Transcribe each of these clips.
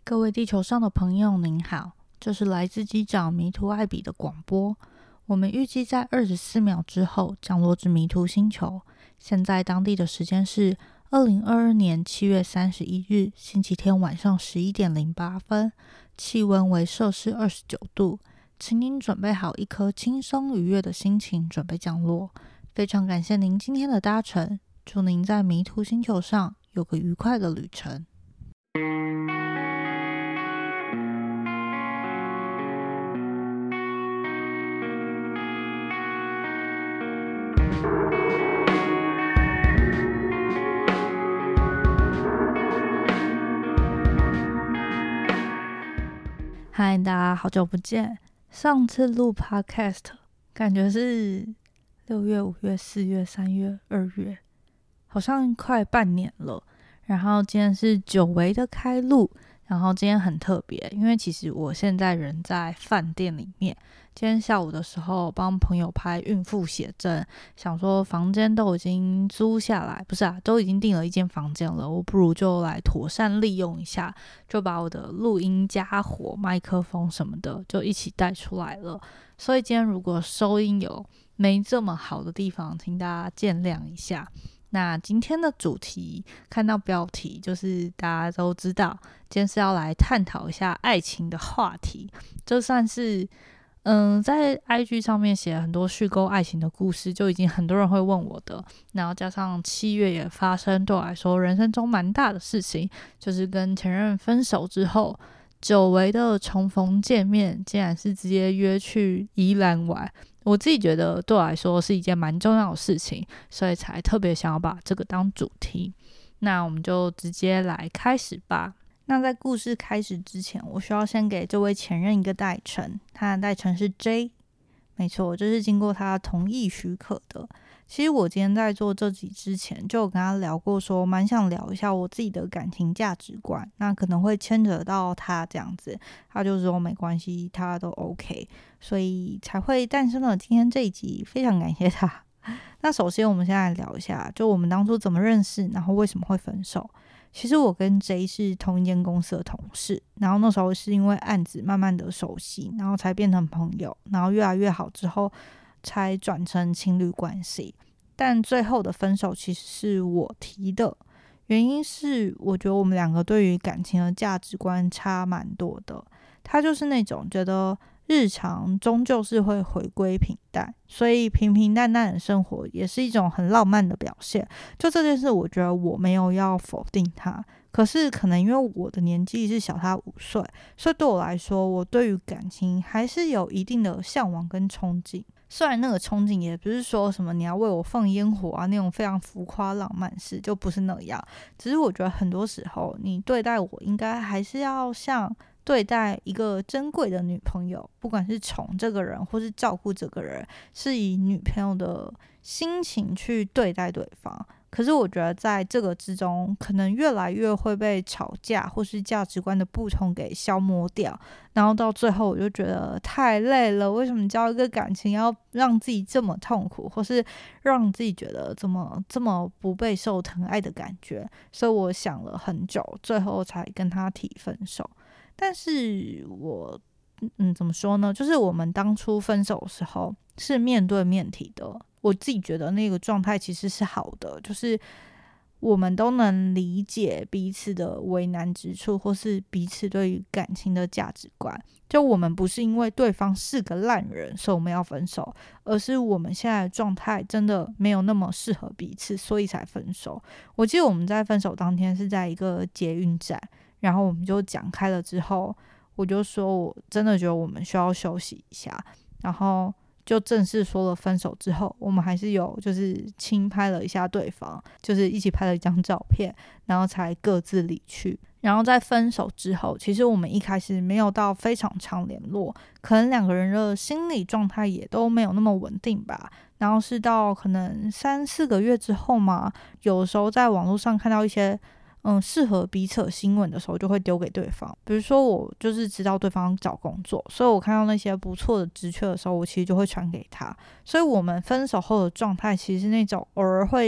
各位地球上的朋友您好，这是来自机长迷途艾比的广播。我们预计在24秒之后降落至迷途星球。现在当地的时间是2022年7月31日星期天晚上11点08分，气温为摄氏29度。请您准备好一颗轻松愉悦的心情，准备降落。非常感谢您今天的搭乘，祝您在迷途星球上有个愉快的旅程。嗨，大家好久不见。上次录 podcast 感觉是6月、5月、4月、3月、2月，好像快半年了。然后今天是久违的开录，然后今天很特别，因为其实我现在人在饭店里面。今天下午的时候帮朋友拍孕妇写真，想说房间都已经租下来，不是啊，都已经订了一间房间了，我不如就来妥善利用一下，就把我的录音家伙、麦克风什么的就一起带出来了。所以今天如果收音有没这么好的地方，请大家见谅一下。那今天的主题，看到标题就是大家都知道，今天是要来探讨一下爱情的话题。就算是在 IG 上面写很多虚构爱情的故事，就已经很多人会问我的。然后加上7月也发生对我来说人生中蛮大的事情，就是跟前任分手之后，久违的重逢见面，竟然是直接约去宜兰玩。我自己觉得对我来说是一件蛮重要的事情，所以才特别想要把这个当主题。那我们就直接来开始吧。那在故事开始之前，我需要先给这位前任一个代称，他的代称是 J。 没错，这是经过他同意许可的。其实我今天在做这集之前就有跟他聊过，说蛮想聊一下我自己的感情价值观，那可能会牵扯到他这样子，他就说没关系，他都 OK， 所以才会诞生了今天这一集，非常感谢他。那首先我们先来聊一下，就我们当初怎么认识，然后为什么会分手。其实我跟 J 是同一间公司的同事，然后那时候是因为案子慢慢的熟悉，然后才变成朋友，然后越来越好之后才转成情侣关系。但最后的分手其实是我提的，原因是我觉得我们两个对于感情的价值观差蛮多的。他就是那种觉得日常终究是会回归平淡，所以平平淡淡的生活也是一种很浪漫的表现。就这件事，我觉得我没有要否定他，可是可能因为我的年纪是小他5岁，所以对我来说，我对于感情还是有一定的向往跟憧憬。虽然那个憧憬也不是说什么你要为我放烟火啊那种非常浮夸浪漫事，就不是那样。只是我觉得很多时候你对待我应该还是要像对待一个珍贵的女朋友，不管是宠这个人或是照顾这个人，是以女朋友的心情去对待对方。可是我觉得在这个之中，可能越来越会被吵架或是价值观的不同给消磨掉，然后到最后我就觉得太累了，为什么交一个感情要让自己这么痛苦，或是让自己觉得这么不备受疼爱的感觉。所以我想了很久，最后才跟他提分手。但是我怎么说呢，就是我们当初分手的时候是面对面提的，我自己觉得那个状态其实是好的，就是我们都能理解彼此的为难之处，或是彼此对于感情的价值观。就我们不是因为对方是个烂人所以我们要分手，而是我们现在的状态真的没有那么适合彼此，所以才分手。我记得我们在分手当天是在一个捷运站，然后我们就讲开了之后，我就说我真的觉得我们需要休息一下，然后就正式说了分手之后，我们还是有就是轻拍了一下对方，就是一起拍了一张照片，然后才各自离去。然后在分手之后，其实我们一开始没有到非常常联络，可能两个人的心理状态也都没有那么稳定吧。然后是到可能3-4个月之后嘛，有时候在网络上看到一些适合彼此的新闻的时候，就会丢给对方。比如说我就是知道对方找工作，所以我看到那些不错的职缺的时候，我其实就会传给他。所以我们分手后的状态其实是那种偶尔会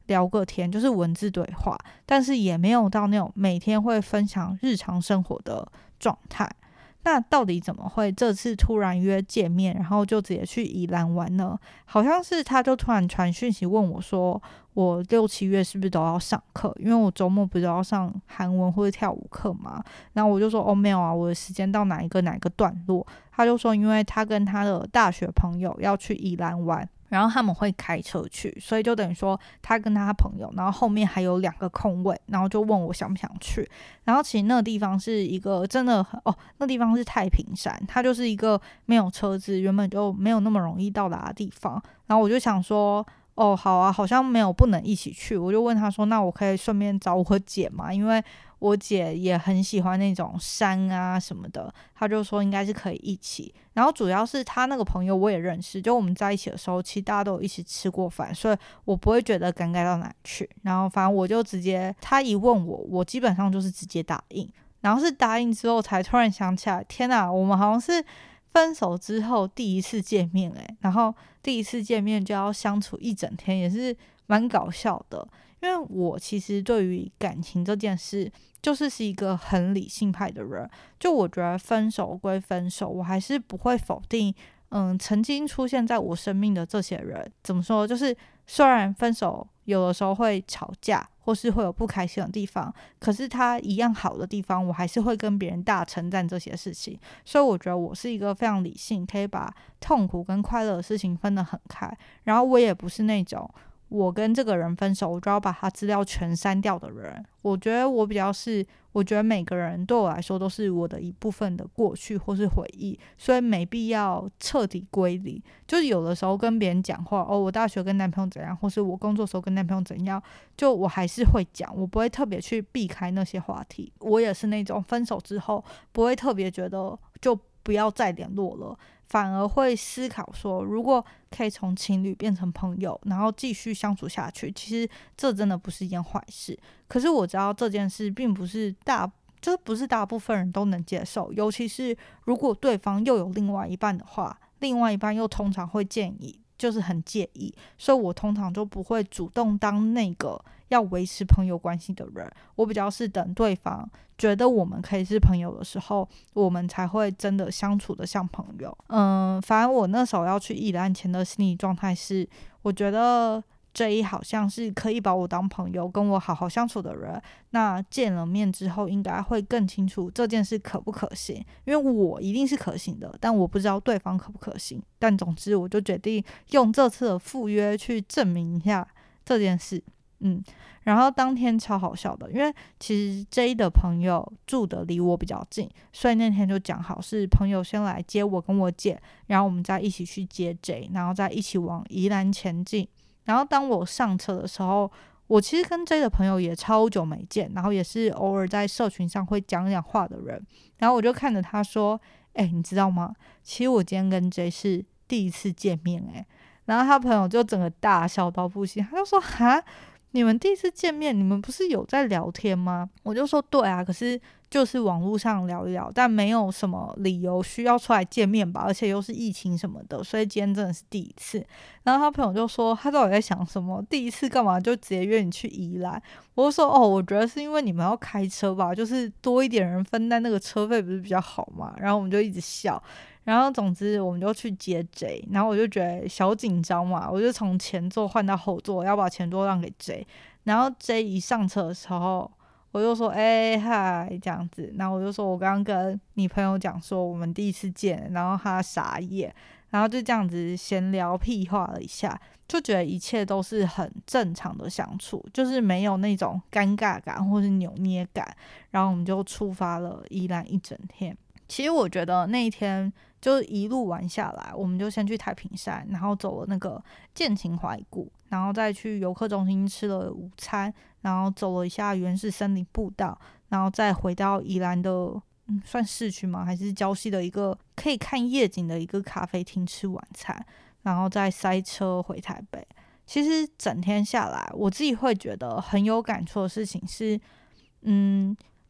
聊个天，就是文字对话，但是也没有到那种每天会分享日常生活的状态。那到底怎么会这次突然约见面，然后就直接去宜兰玩呢？好像是他就突然传讯息问我说，我6、7月是不是都要上课？因为我周末不是都要上韩文或者跳舞课嘛。然后我就说没有啊，我的时间到哪一个段落。他就说因为他跟他的大学朋友要去宜兰玩，然后他们会开车去，所以就等于说他跟他朋友，然后后面还有2个空位，然后就问我想不想去。然后其实那个地方是一个真的那地方是太平山，它就是一个没有车子，原本就没有那么容易到达的地方。然后我就想说好啊，好像没有不能一起去。我就问他说，那我可以顺便找我姐吗？因为我姐也很喜欢那种山啊什么的。他就说应该是可以一起。然后主要是他那个朋友我也认识，就我们在一起的时候其实大家都有一起吃过饭，所以我不会觉得尴尬到哪去。然后反正我就直接，他一问我基本上就是直接答应。然后是答应之后才突然想起来，天哪，我们好像是分手之后第一次见面然后第一次见面就要相处一整天，也是蛮搞笑的。因为我其实对于感情这件事是一个很理性派的人，就我觉得分手归分手，我还是不会否定曾经出现在我生命的这些人。怎么说，就是虽然分手有的时候会吵架或是会有不开心的地方，可是他一样好的地方我还是会跟别人大称赞这些事情。所以我觉得我是一个非常理性，可以把痛苦跟快乐的事情分得很开。然后我也不是那种我跟这个人分手我就要把他资料全删掉的人。我觉得我比较是，我觉得每个人对我来说都是我的一部分的过去或是回忆，所以没必要彻底归零。就是有的时候跟别人讲话，我大学跟男朋友怎样，或是我工作的时候跟男朋友怎样，就我还是会讲，我不会特别去避开那些话题。我也是那种分手之后不会特别觉得就不要再联络了，反而会思考说，如果可以从情侣变成朋友，然后继续相处下去，其实这真的不是一件坏事。可是我知道这件事并不是不是大部分人都能接受，尤其是如果对方又有另外一半的话，另外一半又通常会就是很介意，所以我通常就不会主动当那个要维持朋友关系的人。我比较是等对方觉得我们可以是朋友的时候，我们才会真的相处的像朋友。反正我那时候要去宜兰前的心理状态是，我觉得J 好像是可以把我当朋友，跟我好好相处的人。那见了面之后应该会更清楚这件事可不可行，因为我一定是可行的，但我不知道对方可不可行。但总之我就决定用这次的赴约去证明一下这件事。然后当天超好笑的，因为其实 J 的朋友住的离我比较近，所以那天就讲好是朋友先来接我跟我姐，然后我们再一起去接 J， 然后再一起往宜兰前进。然后当我上车的时候，我其实跟 J 的朋友也超久没见，然后也是偶尔在社群上会讲讲话的人。然后我就看着他说，你知道吗？其实我今天跟 J 是第一次见面然后他朋友就整个大笑到不行，他就说哈，你们第一次见面，你们不是有在聊天吗？我就说对啊，可是就是网络上聊一聊，但没有什么理由需要出来见面吧，而且又是疫情什么的，所以今天真的是第一次。然后他朋友就说他到底在想什么，第一次干嘛就直接约你去宜兰。我就说我觉得是因为你们要开车吧，就是多一点人分担那个车费不是比较好嘛。然后我们就一直笑，然后总之我们就去接 J， 然后我就觉得小紧张嘛，我就从前座换到后座，要把前座让给 J。然后 J 一上车的时候，我就说嗨这样子，然后我就说我刚刚跟你朋友讲说我们第一次见，然后他傻眼，然后就这样子闲聊屁话了一下，就觉得一切都是很正常的相处，就是没有那种尴尬感或是扭捏感。然后我们就出发了宜兰一整天。其实我觉得那一天就一路玩下来，我们就先去太平山，然后走了那个剑琴怀古，然后再去游客中心吃了午餐，然后走了一下原始森林步道，然后再回到宜兰的算市区吗？还是礁溪的一个可以看夜景的一个咖啡厅吃晚餐，然后再塞车回台北。其实整天下来，我自己会觉得很有感触的事情是，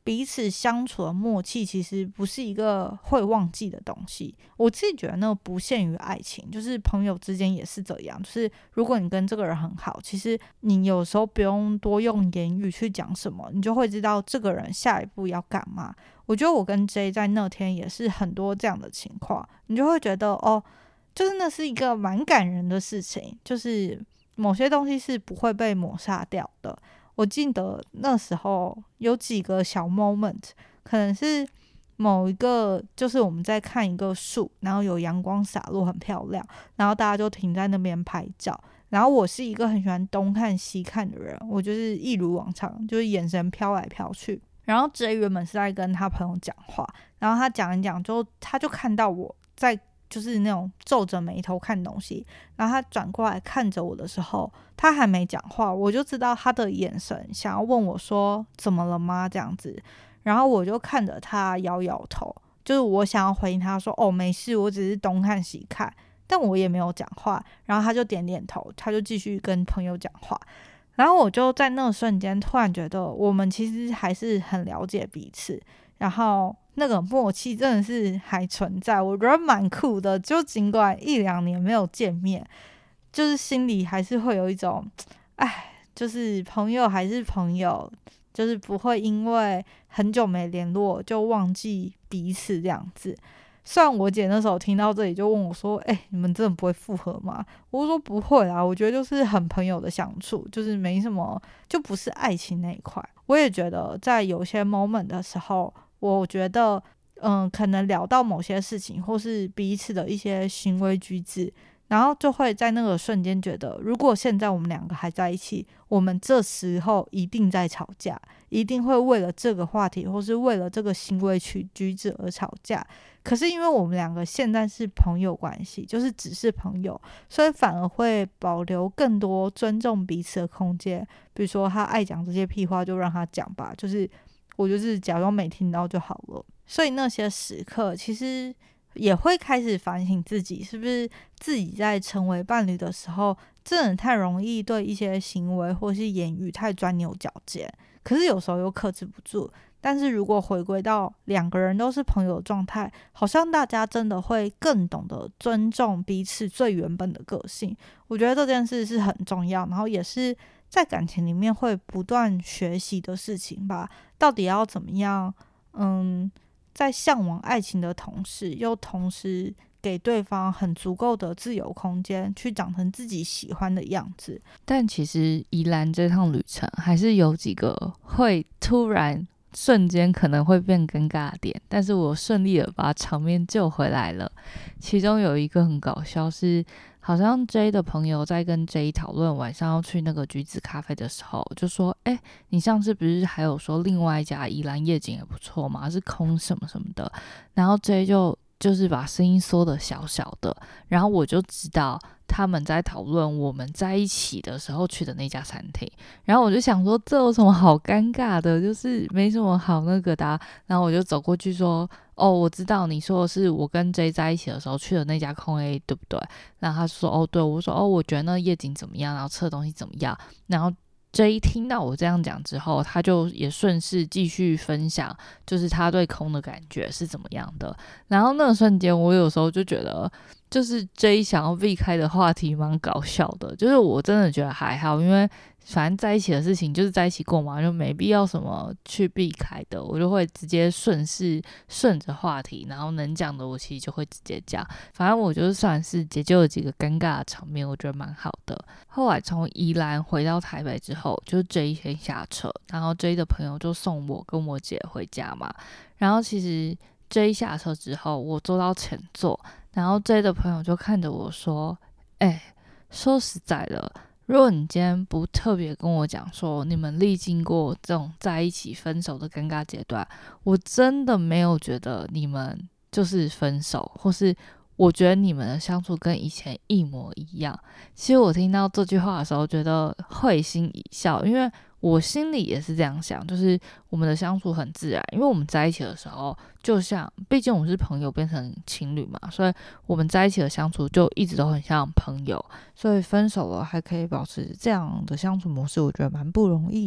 彼此相处的默契其实不是一个会忘记的东西。我自己觉得那个不限于爱情，就是朋友之间也是这样，就是如果你跟这个人很好，其实你有时候不用多用言语去讲什么，你就会知道这个人下一步要干嘛。我觉得我跟 J 在那天也是很多这样的情况，你就会觉得就是那是一个蛮感人的事情，就是某些东西是不会被抹杀掉的。我记得那时候有几个小 moment， 可能是某一个就是我们在看一个树，然后有阳光洒落很漂亮，然后大家就停在那边拍照。然后我是一个很喜欢东看西看的人，我就是一如往常，就是眼神飘来飘去。然后 J 原本是在跟他朋友讲话，然后他讲一讲他就看到我在就是那种皱着眉头看东西，然后他转过来看着我的时候，他还没讲话，我就知道他的眼神想要问我说怎么了吗这样子。然后我就看着他摇摇头，就是我想要回应他说没事，我只是东看西看，但我也没有讲话。然后他就点点头，他就继续跟朋友讲话。然后我就在那个瞬间突然觉得我们其实还是很了解彼此，然后那个默契真的是还存在，我觉得蛮酷的。就尽管1-2年没有见面，就是心里还是会有一种就是朋友还是朋友，就是不会因为很久没联络就忘记彼此这样子。虽然我姐那时候听到这里就问我说你们真的不会复合吗？我说不会啦，我觉得就是很朋友的相处，就是没什么，就不是爱情那一块。我也觉得在有些 moment 的时候，我觉得可能聊到某些事情或是彼此的一些行为举止，然后就会在那个瞬间觉得，如果现在我们两个还在一起，我们这时候一定在吵架，一定会为了这个话题或是为了这个行为举止而吵架。可是因为我们两个现在是朋友关系，就是只是朋友，所以反而会保留更多尊重彼此的空间。比如说他爱讲这些屁话就让他讲吧，就是我就是假装没听到就好了。所以那些时刻其实也会开始反省自己，是不是自己在成为伴侣的时候真的太容易对一些行为或是言语太钻牛角尖，可是有时候又克制不住。但是如果回归到两个人都是朋友的状态，好像大家真的会更懂得尊重彼此最原本的个性。我觉得这件事是很重要，然后也是在感情里面会不断学习的事情吧。到底要怎么样在向往爱情的同时，又同时给对方很足够的自由空间，去长成自己喜欢的样子。 但其实宜兰这趟旅程还是有几个会突然瞬间可能会变尴尬的点，但是我顺利的把场面救回来了。其中有一个很搞笑是，好像 J 的朋友在跟 J 讨论晚上要去那个橘子咖啡的时候，就说你上次不是还有说另外一家宜兰夜景也不错吗？是空什么什么的。然后 J 就是把声音缩得小小的，然后我就知道他们在讨论我们在一起的时候去的那家餐厅。然后我就想说这有什么好尴尬的，就是没什么好那个的然后我就走过去说我知道你说的是我跟 J 在一起的时候去的那家空 A 对不对？然后他说对。我说我觉得那夜景怎么样，然后吃的东西怎么样。然后J 听到我这样讲之后，他就也顺势继续分享，就是他对空的感觉是怎么样的。然后那个瞬间，我有时候就觉得，就是 J 想要避开的话题蛮搞笑的。就是我真的觉得还好，因为反正在一起的事情就是在一起过嘛，就没必要什么去避开的。我就会直接顺着话题，然后能讲的我其实就会直接讲。反正我就算是解救了几个尴尬的场面，我觉得蛮好的。后来从宜兰回到台北之后，就 J 先下车，然后 J 的朋友就送我跟我姐回家嘛。然后其实 J 下车之后，我坐到前座，然后 J 的朋友就看着我说说实在的，如果你今天不特别跟我讲说你们历经过这种在一起分手的尴尬阶段，我真的没有觉得你们就是分手，或是我觉得你们的相处跟以前一模一样。其实我听到这句话的时候觉得会心一笑，因为我心里也是这样想，就是我们的相处很自然。因为我们在一起的时候，就像毕竟我们是朋友变成情侣嘛，所以我们在一起的相处就一直都很像朋友，所以分手了还可以保持这样的相处模式，我觉得蛮不容易的。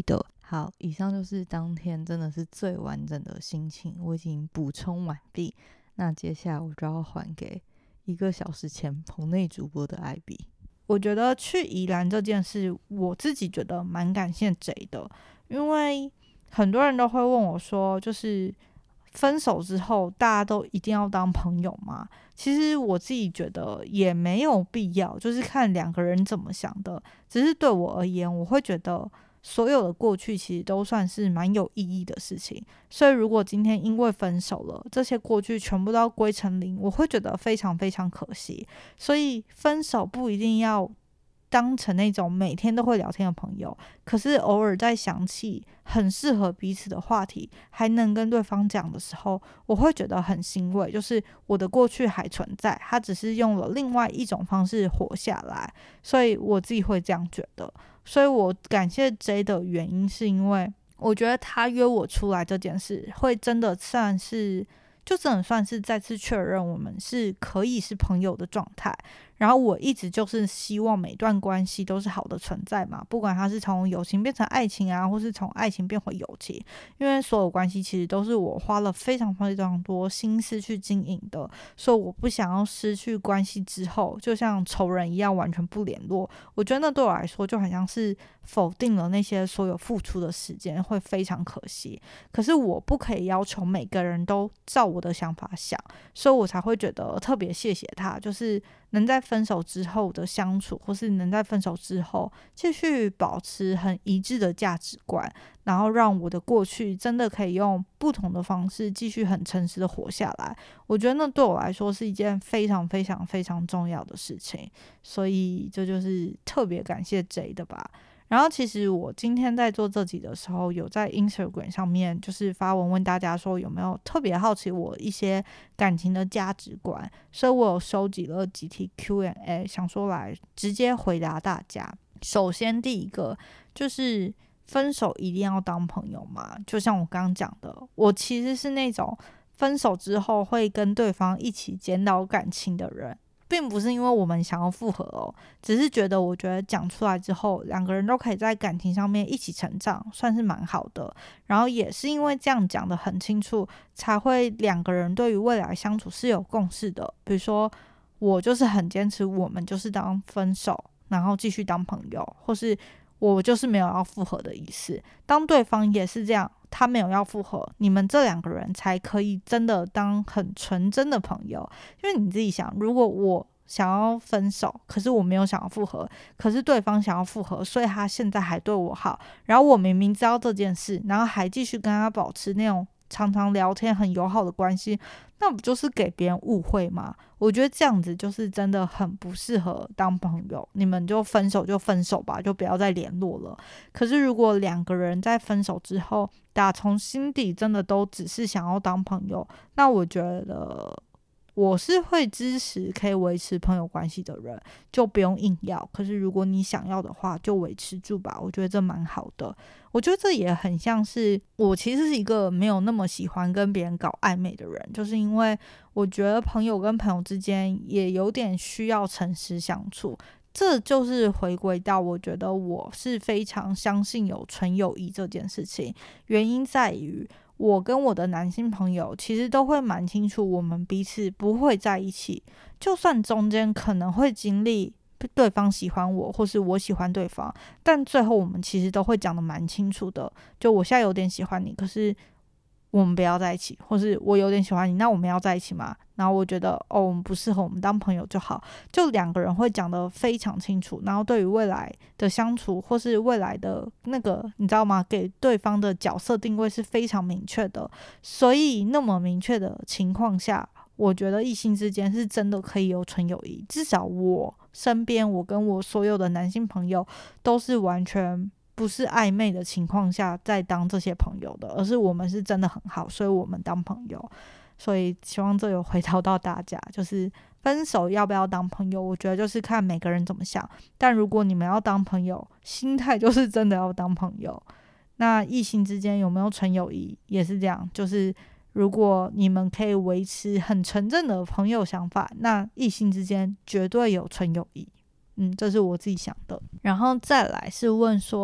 好，以上就是当天真的是最完整的心情，我已经补充完毕。那接下来我就要还给1个小时前棚内主播的艾比。我觉得去宜兰这件事，我自己觉得蛮感谢J的，因为很多人都会问我说，就是分手之后大家都一定要当朋友吗？其实我自己觉得也没有必要，就是看两个人怎么想的。只是对我而言，我会觉得所有的过去其实都算是蛮有意义的事情，所以如果今天因为分手了，这些过去全部都要归成零，我会觉得非常非常可惜。所以分手不一定要当成那种每天都会聊天的朋友，可是偶尔在想起很适合彼此的话题，还能跟对方讲的时候，我会觉得很欣慰，就是我的过去还存在，他只是用了另外一种方式活下来，所以我自己会这样觉得。所以我感谢 J 的原因是因为我觉得他约我出来这件事会真的算是就真的算是再次确认我们是可以是朋友的状态。然后我一直就是希望每段关系都是好的存在嘛，不管它是从友情变成爱情啊，或是从爱情变回友情，因为所有关系其实都是我花了非常非常多心思去经营的，所以我不想要失去关系之后就像仇人一样完全不联络。我觉得那对我来说就好像是否定了那些所有付出的时间，会非常可惜。可是我不可以要求每个人都照我的想法想，所以我才会觉得特别谢谢他，就是能在分手之后的相处，或是能在分手之后继续保持很一致的价值观，然后让我的过去真的可以用不同的方式继续很诚实的活下来。我觉得那对我来说是一件非常非常非常重要的事情，所以这就是特别感谢 J 的吧。然后其实我今天在做这集的时候，有在 Instagram 上面就是发文问大家说有没有特别好奇我一些感情的价值观，所以我有收集了几题 Q&A， 想说来直接回答大家。首先第一个就是分手一定要当朋友吗？就像我刚刚讲的，我其实是那种分手之后会跟对方一起检讨感情的人，并不是因为我们想要复合哦，只是觉得讲出来之后，两个人都可以在感情上面一起成长，算是蛮好的。然后也是因为这样讲得很清楚，才会两个人对于未来相处是有共识的。比如说，我就是很坚持，我们就是当分手，然后继续当朋友，或是我就是没有要复合的意思。当对方也是这样，他没有要复合，你们这两个人才可以真的当很纯真的朋友。因为你自己想，如果我想要分手，可是我没有想要复合，可是对方想要复合，所以他现在还对我好，然后我明明知道这件事，然后还继续跟他保持那种常常聊天很友好的关系，那不就是给别人误会吗？我觉得这样子就是真的很不适合当朋友，你们就分手就分手吧，就不要再联络了。可是如果两个人在分手之后打从心底真的都只是想要当朋友，那我觉得我是会支持可以维持朋友关系的人，就不用硬要。可是如果你想要的话，就维持住吧，我觉得这蛮好的。我觉得这也很像是我其实是一个没有那么喜欢跟别人搞暧昧的人，就是因为我觉得朋友跟朋友之间也有点需要诚实相处。这就是回归到我觉得我是非常相信有纯友谊这件事情，原因在于我跟我的男性朋友其实都会蛮清楚我们彼此不会在一起，就算中间可能会经历对方喜欢我或是我喜欢对方，但最后我们其实都会讲得蛮清楚的，就我现在有点喜欢你，可是我们不要在一起，或是我有点喜欢你，那我们要在一起吗？然后我觉得我们不适合，我们当朋友就好，就两个人会讲得非常清楚，然后对于未来的相处或是未来的那个你知道吗，给对方的角色定位是非常明确的。所以那么明确的情况下，我觉得异性之间是真的可以有纯友谊，至少我身边我跟我所有的男性朋友都是完全不是暧昧的情况下在当这些朋友的，而是我们是真的很好，所以我们当朋友。所以希望这有回答到大家，就是分手要不要当朋友，我觉得就是看每个人怎么想，但如果你们要当朋友，心态就是真的要当朋友。那异性之间有没有纯友谊也是这样，就是如果你们可以维持很纯正的朋友想法，那异性之间绝对有纯友谊。这是我自己想的。然后再来是问说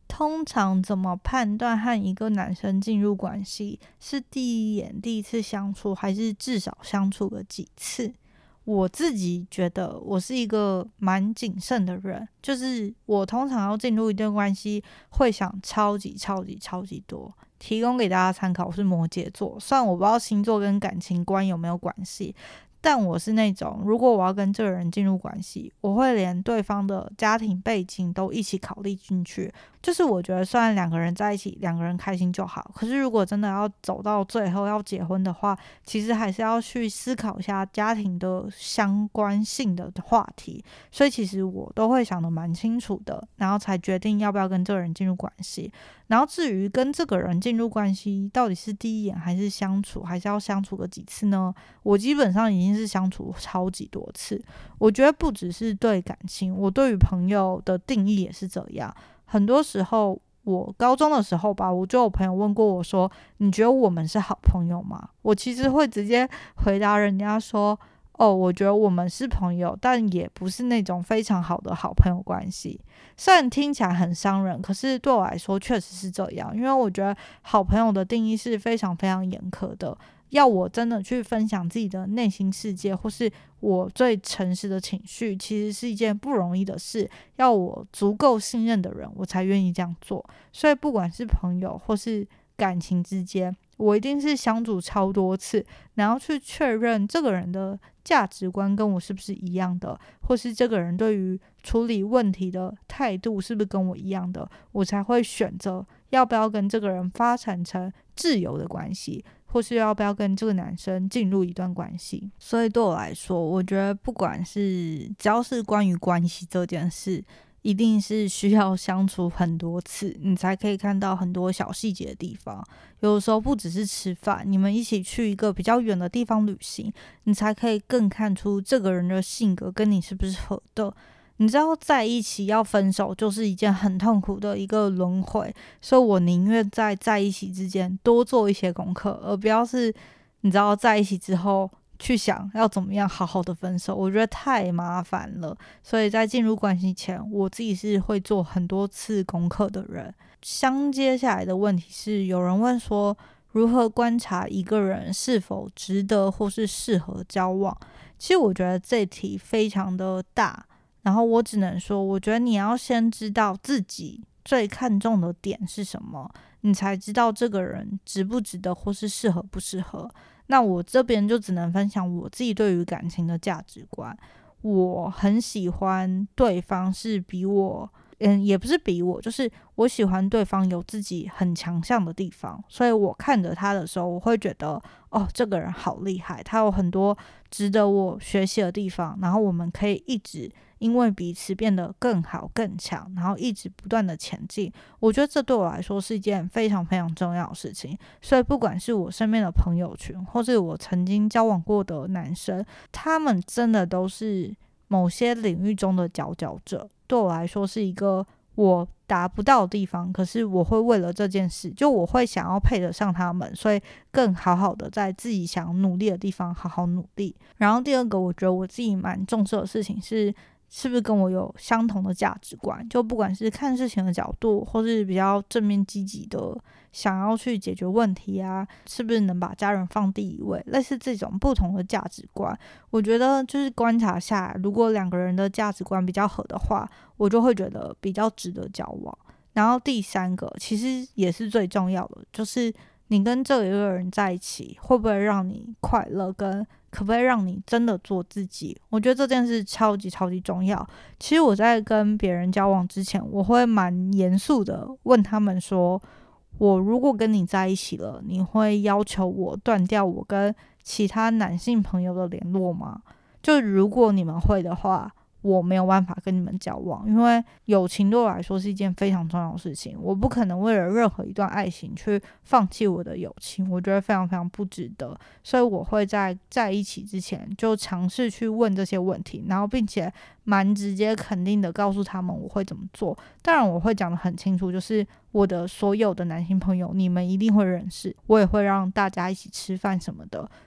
通常怎么判断和一个男生进入关系，是第一眼第一次相处，还是至少相处了几次？我自己觉得我是一个蛮谨慎的人，就是我通常要进入一段关系会想超级超级超级多。提供给大家参考，我是摩羯座，虽然我不知道星座跟感情观有没有关系，但我是那种如果我要跟这个人进入关系，我会连对方的家庭背景都一起考虑进去。就是我觉得虽然两个人在一起，两个人开心就好，可是如果真的要走到最后要结婚的话，其实还是要去思考一下家庭的相关性的话题。所以其实我都会想得蛮清楚的，然后才决定要不要跟这个人进入关系。然后至于跟这个人进入关系到底是第一眼还是相处，还是要相处个几次呢？我基本上已经是相处超级多次。我觉得不只是对感情，我对于朋友的定义也是这样。很多时候我高中的时候吧，我就有朋友问过我说，你觉得我们是好朋友吗？我其实会直接回答人家说，我觉得我们是朋友，但也不是那种非常好的好朋友关系。虽然听起来很伤人，可是对我来说确实是这样，因为我觉得好朋友的定义是非常非常严苛的。要我真的去分享自己的内心世界，或是我最诚实的情绪，其实是一件不容易的事。要我足够信任的人，我才愿意这样做。所以不管是朋友或是感情之间，我一定是相处超多次，然后去确认这个人的价值观跟我是不是一样的，或是这个人对于处理问题的态度是不是跟我一样的，我才会选择要不要跟这个人发展成挚友的关系，或是要不要跟这个男生进入一段关系。所以对我来说，我觉得不管是只要是关于关系这件事，一定是需要相处很多次，你才可以看到很多小细节的地方。有的时候不只是吃饭，你们一起去一个比较远的地方旅行，你才可以更看出这个人的性格跟你是不是合的。你知道在一起要分手就是一件很痛苦的一个轮回，所以我宁愿在一起之间多做一些功课，而不要是你知道在一起之后去想要怎么样好好的分手，我觉得太麻烦了。所以在进入关系前，我自己是会做很多次功课的人。相接下来的问题是，有人问说如何观察一个人是否值得或是适合交往。其实我觉得这题非常的大，然后我只能说，我觉得你要先知道自己最看重的点是什么，你才知道这个人值不值得或是适合不适合。那我这边就只能分享我自己对于感情的价值观。我很喜欢对方是比我也不是比我，就是我喜欢对方有自己很强项的地方，所以我看着他的时候，我会觉得这个人好厉害，他有很多值得我学习的地方，然后我们可以一直因为彼此变得更好更强，然后一直不断的前进。我觉得这对我来说是一件非常非常重要的事情。所以不管是我身边的朋友群，或是我曾经交往过的男生，他们真的都是某些领域中的佼佼者。对我来说是一个我达不到的地方，可是我会为了这件事，就我会想要配得上他们，所以更好好的在自己想努力的地方好好努力。然后第二个我觉得我自己蛮重视的事情是不是跟我有相同的价值观，就不管是看事情的角度，或是比较正面积极的想要去解决问题啊，是不是能把家人放第一位，类似这种不同的价值观，我觉得就是观察下来，如果两个人的价值观比较合的话，我就会觉得比较值得交往。然后第三个其实也是最重要的，就是你跟这一个人在一起会不会让你快乐，跟可不可以让你真的做自己。我觉得这件事超级超级重要。其实我在跟别人交往之前，我会蛮严肃的问他们说，我如果跟你在一起了，你会要求我断掉我跟其他男性朋友的联络吗？就如果你们会的话，我没有办法跟你们交往，因为友情对我来说是一件非常重要的事情，我不可能为了任何一段爱情去放弃我的友情，我觉得非常非常不值得。所以我会在一起之前就尝试去问这些问题，然后并且蛮直接肯定的告诉他们我会怎么做。当然我会讲得很清楚，就是我的所有的男性朋友你们一定会认识，我也会让大家一起吃饭什么的。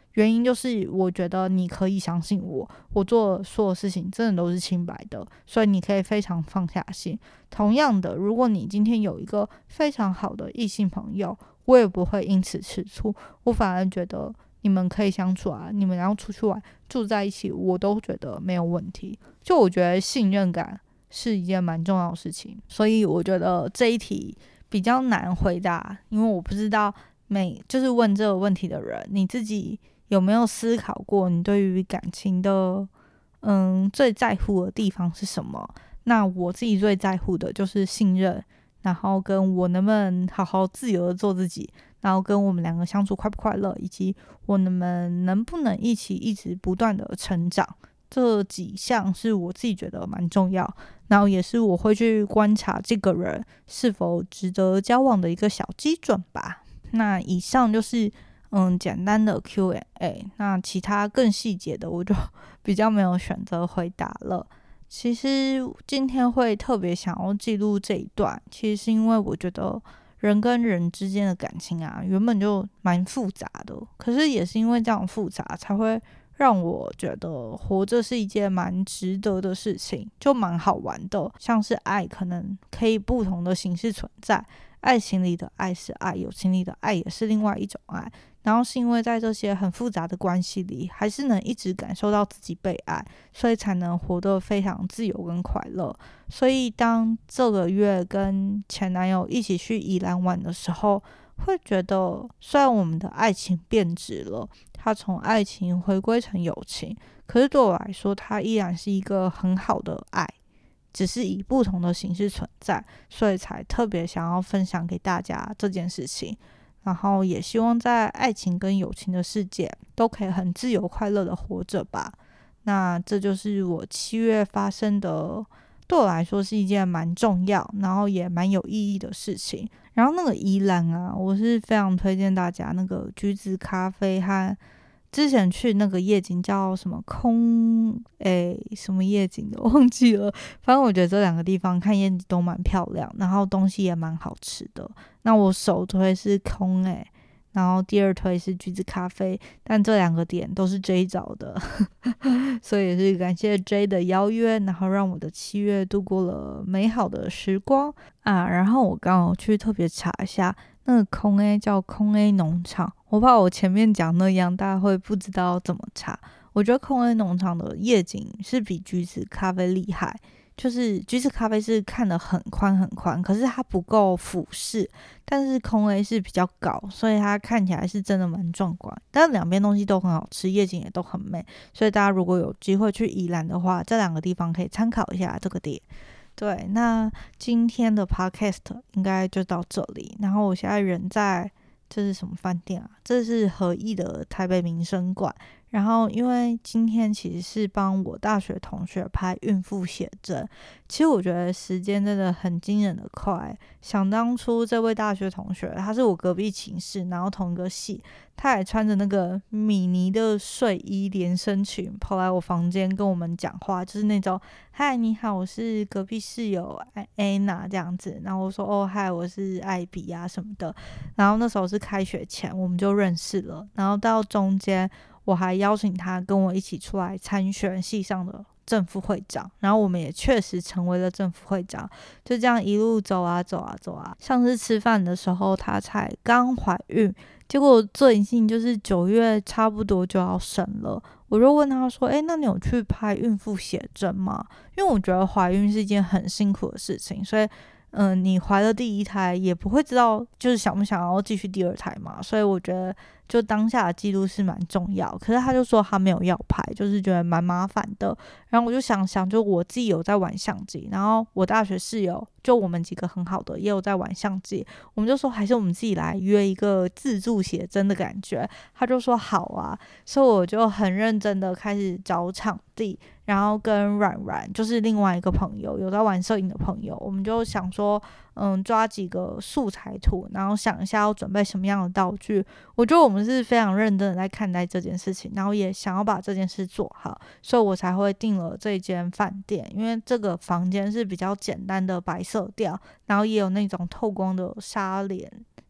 原因就是我觉得你可以相信我，我做所有事情真的都是清白的，所以你可以非常放下心。同样的，如果你今天有一个非常好的异性朋友，我也不会因此吃醋，我反而觉得你们可以相处啊，你们要出去玩住在一起，我都觉得没有问题。就我觉得信任感是一件蛮重要的事情，所以我觉得这一题比较难回答，因为我不知道就是问这个问题的人，你自己有没有思考过你对于感情的最在乎的地方是什么？那我自己最在乎的就是信任，然后跟我能不能好好自由的做自己，然后跟我们两个相处快不快乐，以及我们能不能一起一直不断的成长，这几项是我自己觉得蛮重要，然后也是我会去观察这个人是否值得交往的一个小基准吧。那以上就是简单的 Q&A， 那其他更细节的我就比较没有选择回答了。其实今天会特别想要记录这一段，其实是因为我觉得人跟人之间的感情啊，原本就蛮复杂的，可是也是因为这样复杂，才会让我觉得活着是一件蛮值得的事情，就蛮好玩的。像是爱，可能可以不同的形式存在，爱情里的爱是爱，友情里的爱也是另外一种爱。然后是因为在这些很复杂的关系里，还是能一直感受到自己被爱，所以才能活得非常自由跟快乐。所以当这个月跟前男友一起去宜兰玩的时候，会觉得虽然我们的爱情变质了，它从爱情回归成友情，可是对我来说，它依然是一个很好的爱，只是以不同的形式存在，所以才特别想要分享给大家这件事情。然后也希望在爱情跟友情的世界都可以很自由快乐的活着吧。那这就是我7月发生的，对我来说是一件蛮重要然后也蛮有意义的事情。然后那个宜兰啊，我是非常推荐大家那个橘子咖啡和之前去那个夜景叫什么什么夜景的忘记了，反正我觉得这两个地方看夜景都蛮漂亮，然后东西也蛮好吃的。那我首推是空然后第二推是橘子咖啡，但这两个点都是 J 找的所以也是感谢 J 的邀约，然后让我的7月度过了美好的时光啊。然后我刚好去特别查一下，那个空叫空农场，我怕我前面讲那样大家会不知道怎么查。我觉得空农场的夜景是比橘子咖啡厉害，就是橘子咖啡是看得很宽很宽，可是它不够俯视，但是空 A 是比较高，所以它看起来是真的蛮壮观。但两边东西都很好吃，夜景也都很美，所以大家如果有机会去宜兰的话，这两个地方可以参考一下这个点。对，那今天的 podcast 应该就到这里。然后我现在人在，这是什么饭店啊？这是和义的台北民生馆。然后因为今天其实是帮我大学同学拍孕妇写真，其实我觉得时间真的很惊人的快。想当初这位大学同学，他是我隔壁寝室，然后同一个系，他还穿着那个米妮的睡衣连身裙跑来我房间跟我们讲话，就是那种嗨你好，我是隔壁室友安娜这样子。然后我说哦嗨，我是艾比啊什么的。然后那时候是开学前我们就认识了，然后到中间我还邀请他跟我一起出来参选系上的正副会长，然后我们也确实成为了正副会长，就这样一路走啊走啊走啊。上次吃饭的时候他才刚怀孕，结果最近就是9月差不多就要生了，我就问他说那你有去拍孕妇写真吗？因为我觉得怀孕是一件很辛苦的事情，所以你怀了第一胎也不会知道就是想不想要继续第二胎嘛，所以我觉得就当下的记录是蛮重要。可是他就说他没有要拍，就是觉得蛮麻烦的。然后我就想就我自己有在玩相机，然后我大学室友就我们几个很好的也有在玩相机，我们就说还是我们自己来约一个自助写真的感觉。他就说好啊，所以我就很认真的开始找场地，然后跟软软就是另外一个朋友有在玩摄影的朋友，我们就想说抓几个素材图，然后想一下要准备什么样的道具。我觉得我们是非常认真的在看待这件事情，然后也想要把这件事做好，所以我才会订了这间饭店。因为这个房间是比较简单的白色调，然后也有那种透光的纱帘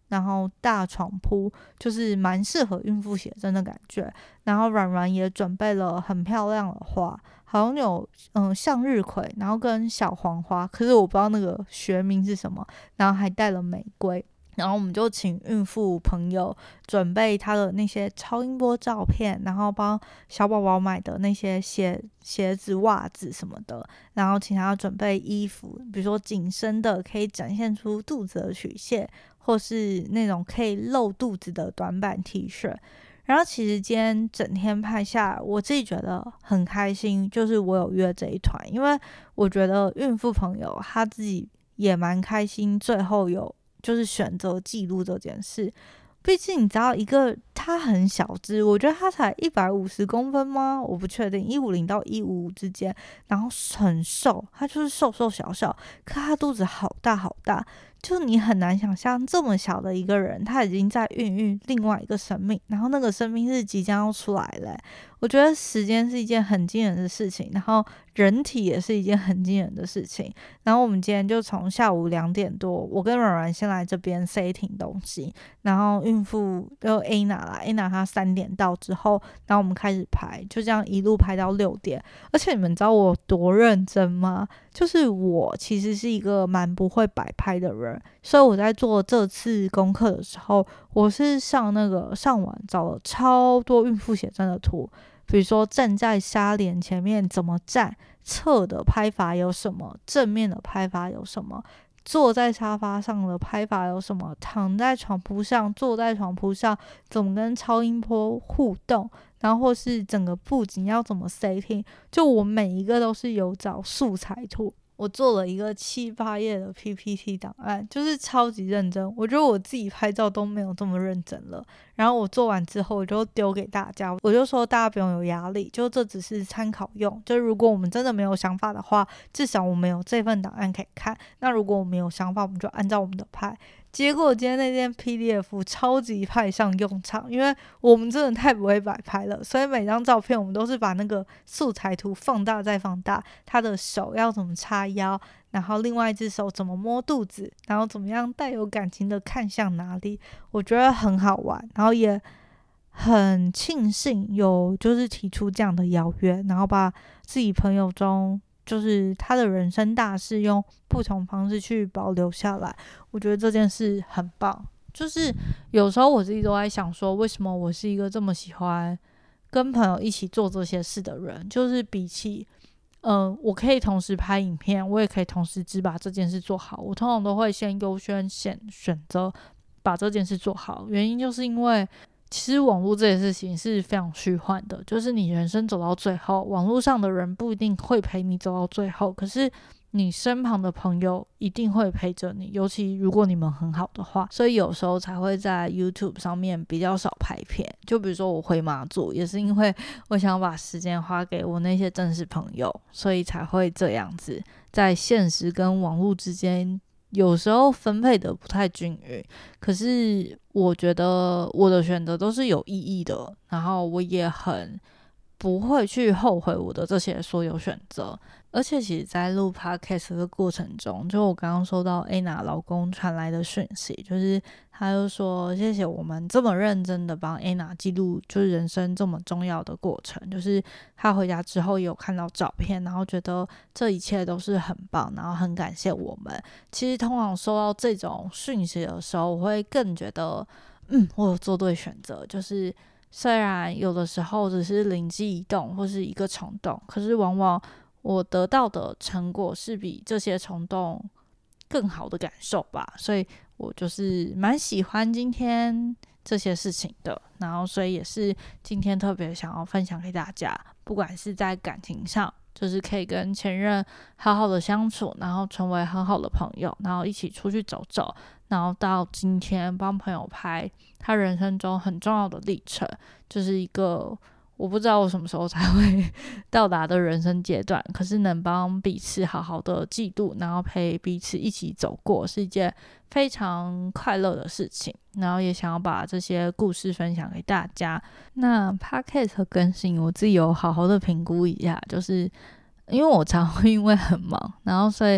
然后大床铺，就是蛮适合孕妇写真的感觉。然后软软也准备了很漂亮的花，好像有向日葵，然后跟小黄花，可是我不知道那个学名是什么，然后还带了玫瑰。然后我们就请孕妇朋友准备她的那些超音波照片，然后帮小宝宝买的那些鞋子、袜子什么的，然后请她准备衣服，比如说紧身的可以展现出肚子的曲线，或是那种可以露肚子的短版 T 恤。然后其实今天整天拍下来，我自己觉得很开心，就是我有约这一团，因为我觉得孕妇朋友她自己也蛮开心，最后有就是选择记录这件事。毕竟你知道，一个他很小只，我觉得他才150公分吗？我不确定，150到155之间，然后很瘦，他就是瘦瘦小小，可他肚子好大好大，就你很难想象这么小的一个人，他已经在孕育另外一个生命，然后那个生命是即将要出来了。我觉得时间是一件很惊人的事情，然后人体也是一件很惊人的事情。然后我们今天就从下午2点多，我跟软软先来这边 setting 东西，然后孕妇就 Anna 她3点到之后，然后我们开始拍，就这样一路拍到6点。而且你们知道我多认真吗？就是我其实是一个蛮不会摆拍的人，所以我在做这次功课的时候，我是上网找了超多孕妇写真的图，比如说站在纱帘前面怎么站，侧的拍法有什么，正面的拍法有什么，坐在沙发上的拍法有什么，躺在床铺上，坐在床铺上怎么跟超音波互动，然后或是整个布景要怎么 setting， 就我每一个都是有找素材图。我做了一个7、8页的 PPT 档案，就是超级认真。我觉得我自己拍照都没有这么认真了。然后我做完之后，我就丢给大家，我就说大家不用有压力，就这只是参考用。就如果我们真的没有想法的话，至少我们有这份档案可以看。那如果我们有想法，我们就按照我们的拍。结果今天那件 PDF 超级派上用场，因为我们真的太不会摆拍了，所以每张照片我们都是把那个素材图放大再放大，他的手要怎么叉腰，然后另外一只手怎么摸肚子，然后怎么样带有感情的看向哪里，我觉得很好玩，然后也很庆幸有就是提出这样的邀约，然后把自己朋友中就是他的人生大事用不同方式去保留下来，我觉得这件事很棒。就是有时候我自己都在想说，为什么我是一个这么喜欢跟朋友一起做这些事的人，就是比起我可以同时拍影片，我也可以同时只把这件事做好，我通常都会先优先选择把这件事做好。原因就是因为其实网络这件事情是非常虚幻的，就是你人生走到最后，网络上的人不一定会陪你走到最后，可是你身旁的朋友一定会陪着你，尤其如果你们很好的话。所以有时候才会在 YouTube 上面比较少拍片，就比如说我回马祖，也是因为我想把时间花给我那些正式朋友，所以才会这样子在现实跟网络之间有时候分配的不太均匀。可是我觉得我的选择都是有意义的，然后我也很不会去后悔我的这些所有选择。而且其实在录 podcast 的过程中，就我刚刚收到 Anna 老公传来的讯息，就是他就说谢谢我们这么认真的帮 Anna 记录就是人生这么重要的过程，就是他回家之后也有看到照片，然后觉得这一切都是很棒，然后很感谢我们。其实通常收到这种讯息的时候，我会更觉得我有做对选择，就是虽然有的时候只是灵机一动或是一个冲动，可是往往我得到的成果是比这些冲动更好的感受吧。所以我就是蛮喜欢今天这些事情的，然后所以也是今天特别想要分享给大家，不管是在感情上，就是可以跟前任好好的相处，然后成为很好的朋友，然后一起出去走走，然后到今天帮朋友拍他人生中很重要的历程，就是一个我不知道我什么时候才会到达的人生阶段，可是能帮彼此好好的记录，然后陪彼此一起走过，是一件非常快乐的事情。然后也想要把这些故事分享给大家。那 Podcast 更新我自己有好好的评估一下，就是因为我常会因为很忙，然后所以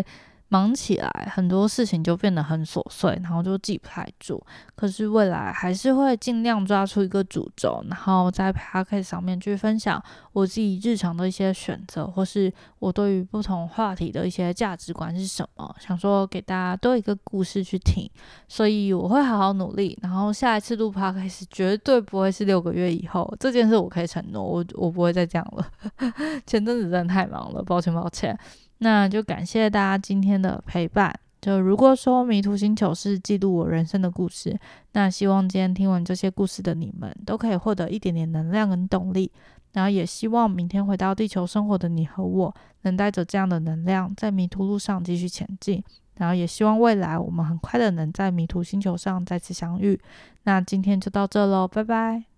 忙起来很多事情就变得很琐碎，然后就记不太住。可是未来还是会尽量抓出一个主轴，然后在 Podcast 上面去分享我自己日常的一些选择，或是我对于不同话题的一些价值观是什么，想说给大家多一个故事去听。所以我会好好努力，然后下一次录 Podcast 绝对不会是6个月以后，这件事我可以承诺，我不会再这样了。前阵子真的太忙了，抱歉。那就感谢大家今天的陪伴。就如果说迷途星球是记录我人生的故事，那希望今天听完这些故事的你们都可以获得一点点能量跟动力，然后也希望明天回到地球生活的你和我能带着这样的能量在迷途路上继续前进，然后也希望未来我们很快的能在迷途星球上再次相遇。那今天就到这咯，拜拜。